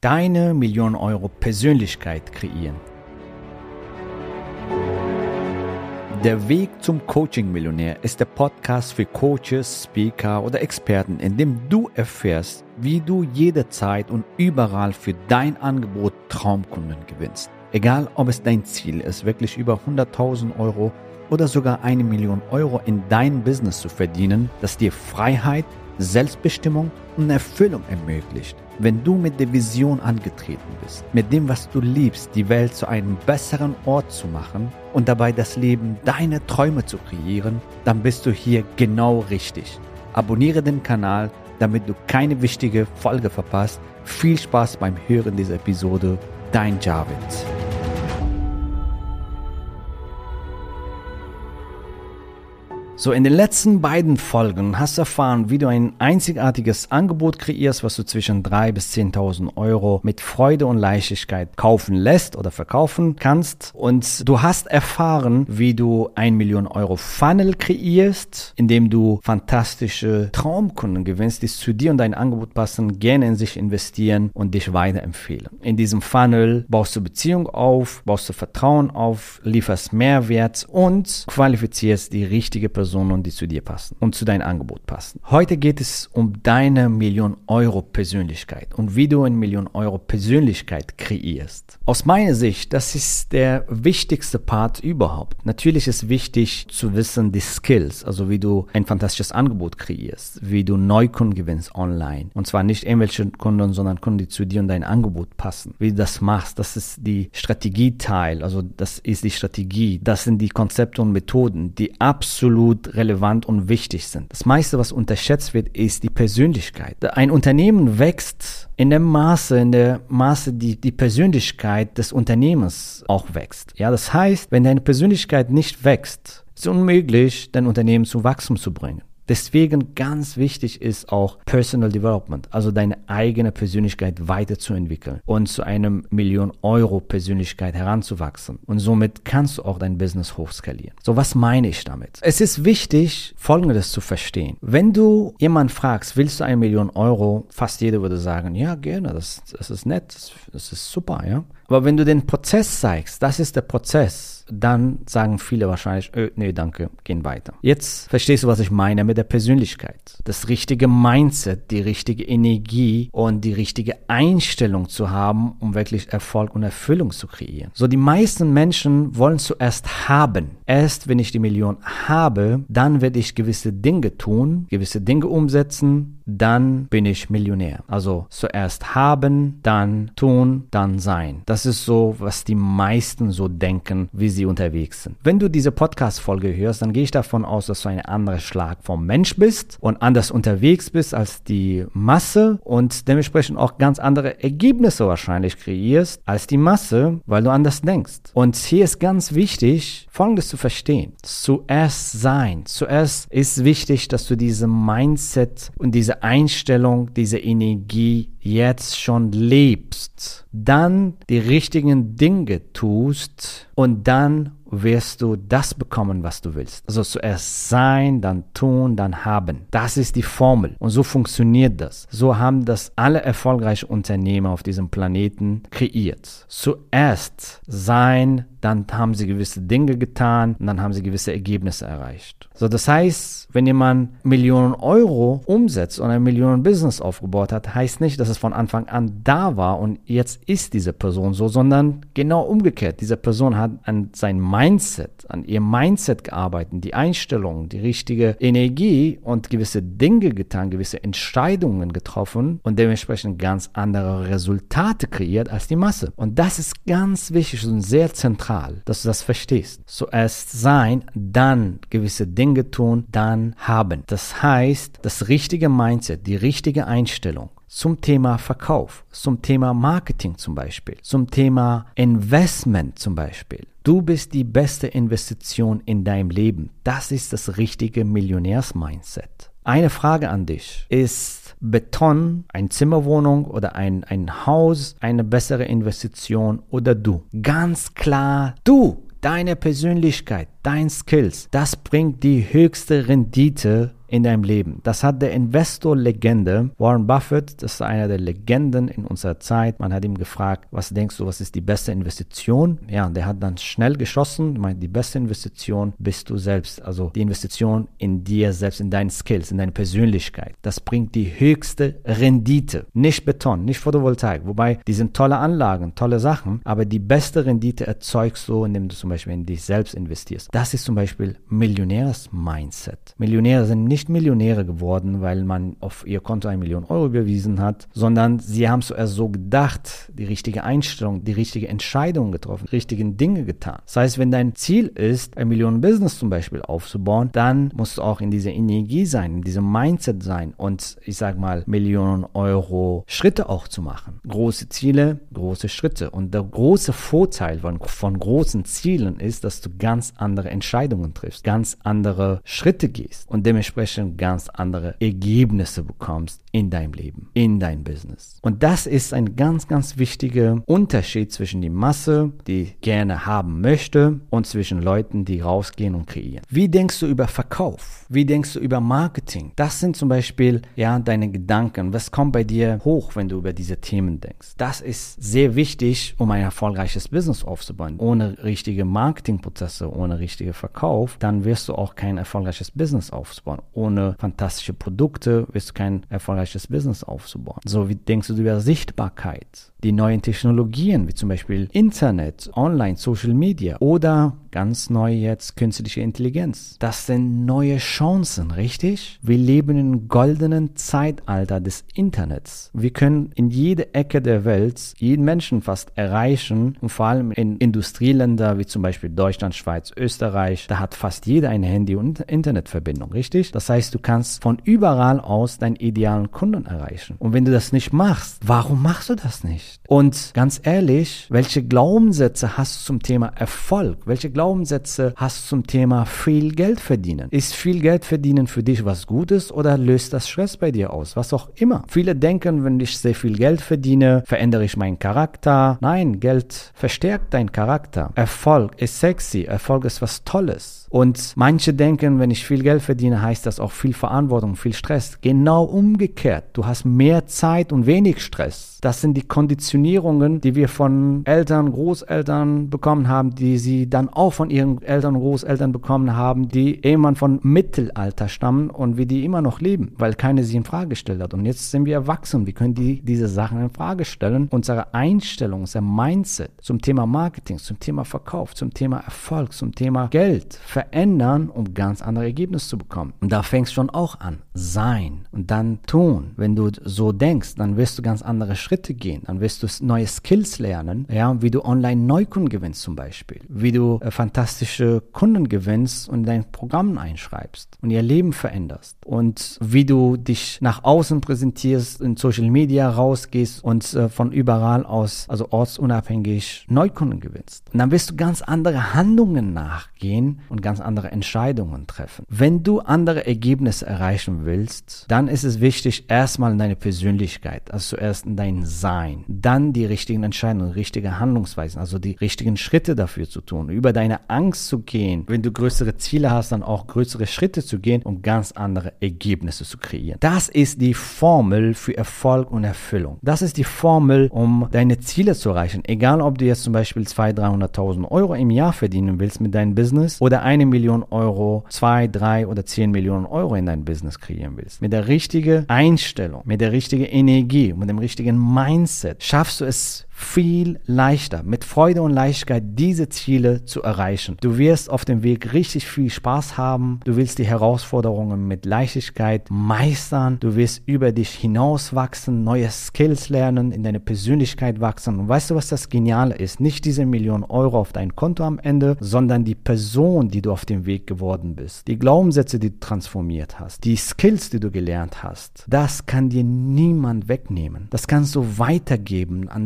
Deine Million Euro Persönlichkeit kreieren. Der Weg zum Coaching-Millionär ist der Podcast für Coaches, Speaker oder Experten, in dem du erfährst, wie du jederzeit und überall für dein Angebot Traumkunden gewinnst. Egal, ob es dein Ziel ist, wirklich über 100.000 Euro oder sogar 1 Million Euro in dein Business zu verdienen, das dir Freiheit, Selbstbestimmung und Erfüllung ermöglicht. Wenn du mit der Vision angetreten bist, mit dem, was du liebst, die Welt zu einem besseren Ort zu machen und dabei das Leben deiner Träume zu kreieren, dann bist du hier genau richtig. Abonniere den Kanal, damit du keine wichtige Folge verpasst. Viel Spaß beim Hören dieser Episode. Dein Javed. So, in den letzten beiden Folgen hast du erfahren, wie du ein einzigartiges Angebot kreierst, was du zwischen 3.000 bis 10.000 Euro mit Freude und Leichtigkeit kaufen lässt oder verkaufen kannst. Und du hast erfahren, wie du 1 Million Euro Funnel kreierst, indem du fantastische Traumkunden gewinnst, die zu dir und dein Angebot passen, gerne in sich investieren und dich weiterempfehlen. In diesem Funnel baust du Beziehung auf, baust du Vertrauen auf, lieferst Mehrwert und qualifizierst die richtige Person, die zu dir passen und zu deinem Angebot passen. Heute geht es um deine Million Euro Persönlichkeit und wie du eine Million Euro Persönlichkeit kreierst. Aus meiner Sicht, das ist der wichtigste Part überhaupt. Natürlich ist wichtig zu wissen, die Skills, also wie du ein fantastisches Angebot kreierst, wie du Neukunden gewinnst online. Und zwar nicht irgendwelche Kunden, sondern Kunden, die zu dir und dein Angebot passen. Wie du das machst, das ist die Strategieteil, also das ist die Strategie, das sind die Konzepte und Methoden, die absolut relevant und wichtig sind. Das meiste, was unterschätzt wird, ist die Persönlichkeit. Ein Unternehmen wächst in der Maße, die Persönlichkeit des Unternehmens auch wächst. Ja, das heißt, wenn deine Persönlichkeit nicht wächst, ist es unmöglich, dein Unternehmen zum Wachstum zu bringen. Deswegen ganz wichtig ist auch Personal Development, also deine eigene Persönlichkeit weiterzuentwickeln und zu einem Million Euro Persönlichkeit heranzuwachsen. Und somit kannst du auch dein Business hochskalieren. So, was meine ich damit? Es ist wichtig, Folgendes zu verstehen. Wenn du jemanden fragst, willst du 1 Million Euro? Fast jeder würde sagen, ja, gerne, das ist nett, das ist super, ja. Aber wenn du den Prozess zeigst, das ist der Prozess, dann sagen viele wahrscheinlich, nee, danke, gehen weiter. Jetzt verstehst du, was ich meine mit der Persönlichkeit. Das richtige Mindset, die richtige Energie und die richtige Einstellung zu haben, um wirklich Erfolg und Erfüllung zu kreieren. So, die meisten Menschen wollen zuerst haben. Erst wenn ich die Million habe, dann werde ich gewisse Dinge tun, gewisse Dinge umsetzen, dann bin ich Millionär. Also zuerst haben, dann tun, dann sein. Das ist so, was die meisten so denken, wie sie unterwegs sind. Wenn du diese Podcast-Folge hörst, dann gehe ich davon aus, dass du ein anderer Schlag vom Mensch bist und anders unterwegs bist als die Masse und dementsprechend auch ganz andere Ergebnisse wahrscheinlich kreierst als die Masse, weil du anders denkst. Und hier ist ganz wichtig, Folgendes zu verstehen. Zuerst sein. Zuerst ist wichtig, dass du diese Mindset und diese Einstellung, diese Energie jetzt schon lebst, dann die richtigen Dinge tust und dann wirst du das bekommen, was du willst. Also zuerst sein, dann tun, dann haben. Das ist die Formel. Und so funktioniert das. So haben das alle erfolgreichen Unternehmer auf diesem Planeten kreiert. Zuerst sein, dann haben sie gewisse Dinge getan und dann haben sie gewisse Ergebnisse erreicht. So, das heißt, wenn jemand Millionen Euro umsetzt und ein Millionen-Business aufgebaut hat, heißt nicht, dass es von Anfang an da war und jetzt ist diese Person so, sondern genau umgekehrt. Diese Person hat an sein Mindset, an ihr Mindset gearbeitet, die Einstellung, die richtige Energie und gewisse Dinge getan, gewisse Entscheidungen getroffen und dementsprechend ganz andere Resultate kreiert als die Masse. Und das ist ganz wichtig und sehr zentral, dass du das verstehst. Zuerst sein, dann gewisse Dinge tun, dann haben. Das heißt, das richtige Mindset, die richtige Einstellung zum Thema Verkauf, zum Thema Marketing zum Beispiel, zum Thema Investment zum Beispiel. Du bist die beste Investition in deinem Leben. Das ist das richtige Millionärs-Mindset. Eine Frage an dich. Ist Beton, eine Zimmerwohnung oder ein Haus eine bessere Investition oder du? Ganz klar du. Deine Persönlichkeit, dein Skills, das bringt die höchste Rendite in deinem Leben. Das hat der Investor-Legende Warren Buffett, das ist einer der Legenden in unserer Zeit. Man hat ihm gefragt, was denkst du, was ist die beste Investition? Ja, der hat dann schnell geschossen, meint, die beste Investition bist du selbst, also die Investition in dir selbst, in deinen Skills, in deine Persönlichkeit. Das bringt die höchste Rendite. Nicht Beton, nicht Photovoltaik, wobei die sind tolle Anlagen, tolle Sachen, aber die beste Rendite erzeugst du, indem du zum Beispiel in dich selbst investierst. Das ist zum Beispiel Millionärs-Mindset. Millionäre sind nicht Millionäre geworden, weil man auf ihr Konto 1 Million Euro überwiesen hat, sondern sie haben es erst so gedacht, die richtige Einstellung, die richtige Entscheidung getroffen, die richtigen Dinge getan. Das heißt, wenn dein Ziel ist, ein Millionen-Business zum Beispiel aufzubauen, dann musst du auch in dieser Energie sein, in diesem Mindset sein und ich sag mal, Millionen Euro Schritte auch zu machen. Große Ziele, große Schritte. Und der große Vorteil von großen Zielen ist, dass du ganz andere Entscheidungen triffst, ganz andere Schritte gehst und dementsprechend ganz andere Ergebnisse bekommst in deinem Leben, in dein Business. Und das ist ein ganz, ganz wichtiger Unterschied zwischen die Masse, die gerne haben möchte, und zwischen Leuten, die rausgehen und kreieren. Wie denkst du über Verkauf? Wie denkst du über Marketing? Das sind zum Beispiel deine Gedanken. Was kommt bei dir hoch, wenn du über diese Themen denkst? Das ist sehr wichtig, um ein erfolgreiches Business aufzubauen. Ohne richtige Marketingprozesse, ohne richtigen Verkauf, dann wirst du auch kein erfolgreiches Business aufbauen. Ohne fantastische Produkte wirst du kein erfolgreiches Business aufbauen. So, wie denkst du über Sichtbarkeit? Die neuen Technologien, wie zum Beispiel Internet, Online, Social Media oder ganz neu jetzt künstliche Intelligenz. Das sind neue Chancen, richtig? Wir leben im goldenen Zeitalter des Internets. Wir können in jede Ecke der Welt jeden Menschen fast erreichen und vor allem in Industrieländer wie zum Beispiel Deutschland, Schweiz, Österreich, da hat fast jeder ein Handy und Internetverbindung, richtig? Das heißt, du kannst von überall aus deinen idealen Kunden erreichen. Und wenn du das nicht machst, warum machst du das nicht? Und ganz ehrlich, welche Glaubenssätze hast du zum Thema Erfolg? Welche Glaubenssätze hast du zum Thema viel Geld verdienen? Ist viel Geld verdienen für dich was Gutes oder löst das Stress bei dir aus? Was auch immer. Viele denken, wenn ich sehr viel Geld verdiene, verändere ich meinen Charakter. Nein, Geld verstärkt deinen Charakter. Erfolg ist sexy. Erfolg ist was Tolles. Und manche denken, wenn ich viel Geld verdiene, heißt das auch viel Verantwortung, viel Stress. Genau umgekehrt. Du hast mehr Zeit und wenig Stress. Das sind die Konditionierungen, die wir von Eltern, Großeltern bekommen haben, die sie dann auch von ihren Eltern und Großeltern bekommen haben, die irgendwann von Mittelalter stammen und wie die immer noch leben, weil keiner sie in Frage gestellt hat. Und jetzt sind wir erwachsen. Wir können diese Sachen in Frage stellen. Unsere Einstellung, unser Mindset zum Thema Marketing, zum Thema Verkauf, zum Thema Erfolg, zum Thema Geld verändern, um ganz andere Ergebnisse zu bekommen. Und da fängst du schon auch an. Sein und dann tun. Wenn du so denkst, dann wirst du ganz andere Schritte gehen. Dann wirst du neue Skills lernen, wie du online Neukunden gewinnst zum Beispiel. Wie du fantastische Kunden gewinnst und dein Programm einschreibst und ihr Leben veränderst. Und wie du dich nach außen präsentierst, in Social Media rausgehst und von überall aus, also ortsunabhängig, Neukunden gewinnst. Und dann wirst du ganz andere Handlungen nachgehen und ganz andere Entscheidungen treffen. Wenn du andere Ergebnisse erreichen willst, dann ist es wichtig, erstmal in deine Persönlichkeit, also zuerst in dein Sein, dann die richtigen Entscheidungen, richtige Handlungsweisen, also die richtigen Schritte dafür zu tun, über deine Angst zu gehen. Wenn du größere Ziele hast, dann auch größere Schritte zu gehen, um ganz andere Ergebnisse zu kreieren. Das ist die Formel für Erfolg und Erfüllung. Das ist die Formel, um deine Ziele zu erreichen. Egal, ob du jetzt zum Beispiel 200.000, 300.000 Euro im Jahr verdienen willst mit deinem Business oder 1 Million Euro, 2, 3 oder 10 Millionen Euro in dein Business kreieren willst. Mit der richtigen Einstellung, mit der richtigen Energie, mit dem richtigen Mindset schaffst du es viel leichter, mit Freude und Leichtigkeit diese Ziele zu erreichen. Du wirst auf dem Weg richtig viel Spaß haben. Du willst die Herausforderungen mit Leichtigkeit meistern. Du wirst über dich hinaus wachsen, neue Skills lernen, in deine Persönlichkeit wachsen. Und weißt du, was das Geniale ist? Nicht diese Million Euro auf dein Konto am Ende, sondern die Person, die du auf dem Weg geworden bist. Die Glaubenssätze, die du transformiert hast. Die Skills, die du gelernt hast. Das kann dir niemand wegnehmen. Das kannst du weitergeben an dein Umfeld,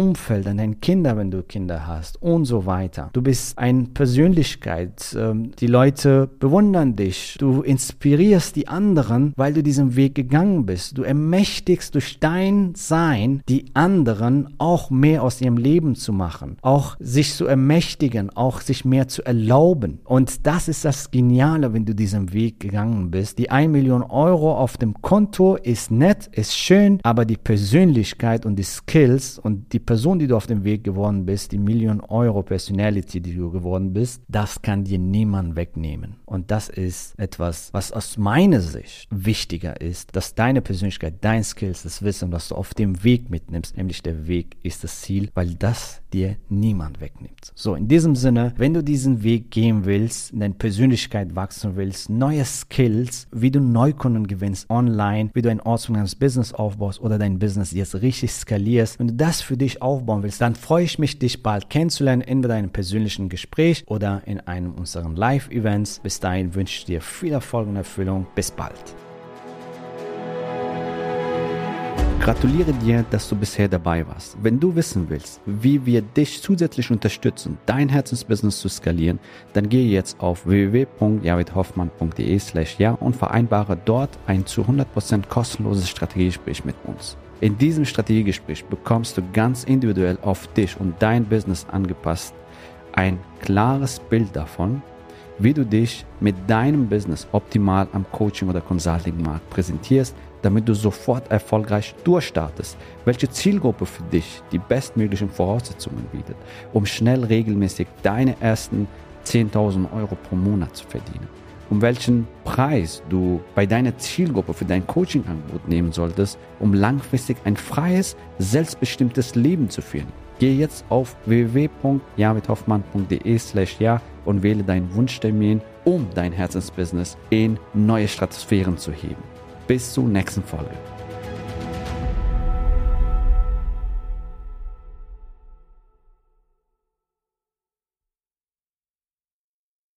Umfeld, an deinen Kindern, wenn du Kinder hast und so weiter. Du bist eine Persönlichkeit, die Leute bewundern dich, du inspirierst die anderen, weil du diesen Weg gegangen bist. Du ermächtigst durch dein Sein die anderen auch mehr aus ihrem Leben zu machen, auch sich zu ermächtigen, auch sich mehr zu erlauben. Und das ist das Geniale, wenn du diesen Weg gegangen bist. Die 1 Million Euro auf dem Konto ist nett, ist schön, aber die Persönlichkeit und die Skills und die Person, die du auf dem Weg geworden bist, die 1 Million Euro Personality, die du geworden bist, das kann dir niemand wegnehmen. Und das ist etwas, was aus meiner Sicht wichtiger ist, dass deine Persönlichkeit, dein Skills, das Wissen, was du auf dem Weg mitnimmst, nämlich der Weg ist das Ziel, weil das dir niemand wegnimmt. So, in diesem Sinne, wenn du diesen Weg gehen willst, in deine Persönlichkeit wachsen willst, neue Skills, wie du Neukunden gewinnst online, wie du ein ortsfremdes Business aufbaust oder dein Business jetzt richtig skalierst, wenn du das für dich aufbauen willst, dann freue ich mich, dich bald kennenzulernen, entweder in einem persönlichen Gespräch oder in einem unserer Live-Events. Bis dahin wünsche ich dir viel Erfolg und Erfüllung. Bis bald. Gratuliere dir, dass du bisher dabei warst. Wenn du wissen willst, wie wir dich zusätzlich unterstützen, dein Herzensbusiness zu skalieren, dann gehe jetzt auf www.javidhoffmann.de/ja und vereinbare dort ein zu 100% kostenloses Strategiegespräch mit uns. In diesem Strategiegespräch bekommst du ganz individuell auf dich und dein Business angepasst ein klares Bild davon, wie du dich mit deinem Business optimal am Coaching- oder Consulting-Markt präsentierst, damit du sofort erfolgreich durchstartest, welche Zielgruppe für dich die bestmöglichen Voraussetzungen bietet, um schnell regelmäßig deine ersten 10.000 Euro pro Monat zu verdienen, um welchen Preis du bei deiner Zielgruppe für dein Coaching-Angebot nehmen solltest, um langfristig ein freies, selbstbestimmtes Leben zu führen. Gehe jetzt auf www.javidhoffmann.de/ja und wähle deinen Wunschtermin, um dein Herzensbusiness in neue Stratosphären zu heben. Bis zur nächsten Folge.